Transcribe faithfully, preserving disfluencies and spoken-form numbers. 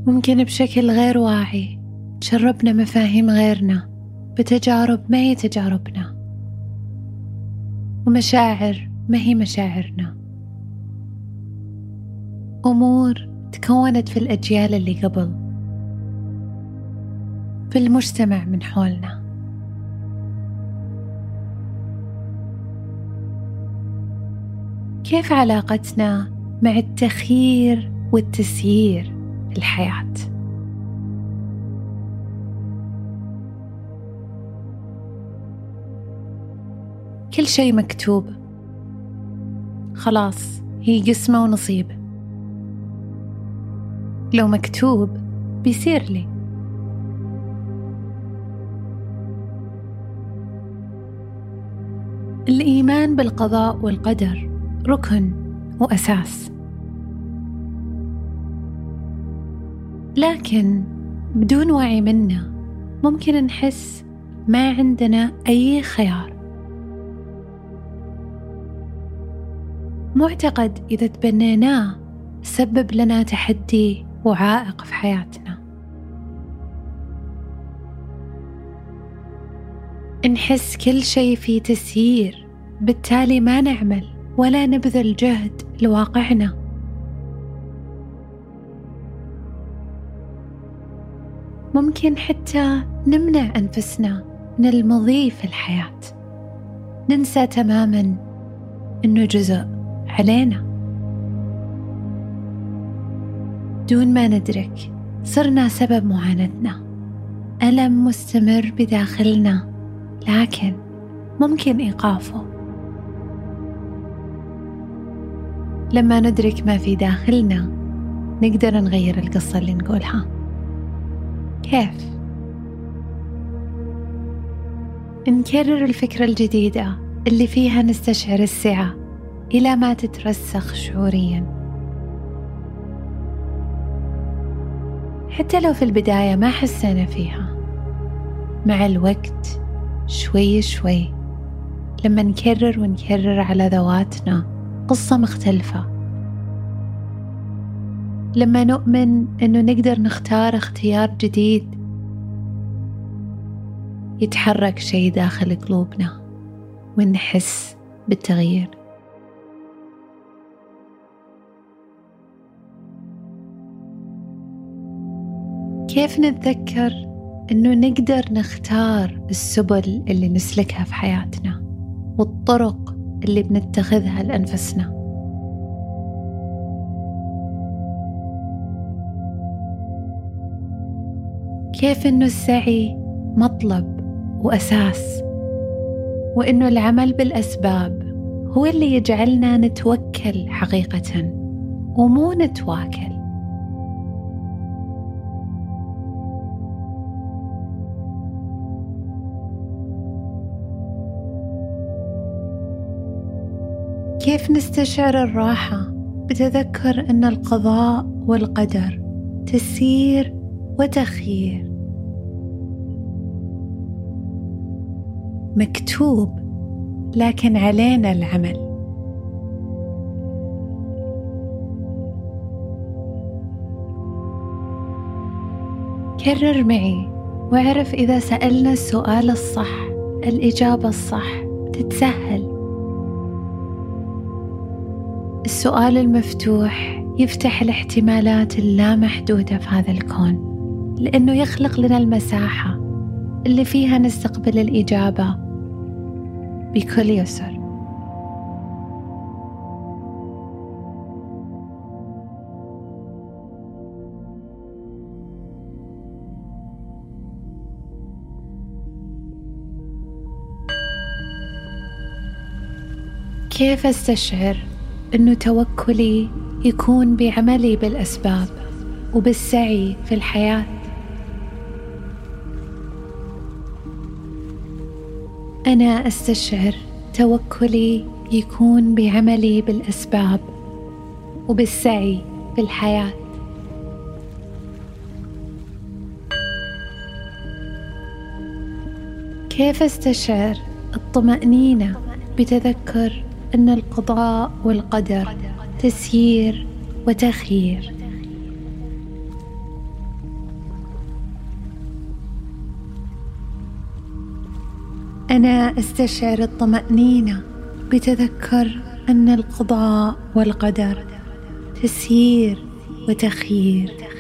ممكن بشكل غير واعي تشربنا مفاهيم غيرنا بتجارب ما هي تجاربنا، ومشاعر ما هي مشاعرنا، أمور تكونت في الأجيال اللي قبل، في المجتمع من حولنا. كيف علاقتنا مع التخيير والتسيير في الحياة؟ كل شيء مكتوب، خلاص هي قسمة ونصيب. لو مكتوب بيصير لي. الإيمان بالقضاء والقدر ركن وأساس، لكن بدون وعي منا ممكن نحس ما عندنا أي خيار. معتقد إذا تبنيناه سبب لنا تحدي وعائق في حياتنا. نحس كل شيء فيه تسيير، بالتالي ما نعمل ولا نبذل جهد لواقعنا. ممكن حتى نمنع أنفسنا من المضي في الحياة، ننسى تماماً إنه جزء علينا. دون ما ندرك صرنا سبب معاناتنا، ألم مستمر بداخلنا لكن ممكن إيقافه. لما ندرك ما في داخلنا نقدر نغير القصة اللي نقولها. كيف؟ نكرر الفكرة الجديدة اللي فيها نستشعر السعة إلى ما تترسخ شعورياً. حتى لو في البداية ما حسينا فيها، مع الوقت شوي شوي لما نكرر ونكرر على ذواتنا قصة مختلفة، لما نؤمن أنه نقدر نختار اختيار جديد، يتحرك شيء داخل قلوبنا ونحس بالتغيير. كيف نتذكر أنه نقدر نختار السبل اللي نسلكها في حياتنا والطرق اللي بنتخذها لأنفسنا؟ كيف أنه السعي مطلب وأساس، وأنه العمل بالأسباب هو اللي يجعلنا نتوكل حقيقة ومو نتواكل. كيف نستشعر الراحة بتذكر أن القضاء والقدر تسيير وتخيير، مكتوب لكن علينا العمل. كرر معي واعرف إذا سألنا السؤال الصح الإجابة الصح تتسهل. السؤال المفتوح يفتح الاحتمالات اللامحدودة في هذا الكون، لأنه يخلق لنا المساحة اللي فيها نستقبل الإجابة بكل يسر. كيف أستشعر أنه توكلي يكون بعملي بالأسباب وبالسعي في الحياة؟ أنا أستشعر توكلي يكون بعملي بالأسباب وبالسعي في الحياة. كيف أستشعر الطمأنينة بتذكر أن القضاء والقدر تسيير وتخيير؟ أنا أستشعر الطمأنينة بتذكر أن القضاء والقدر تسيير وتخيير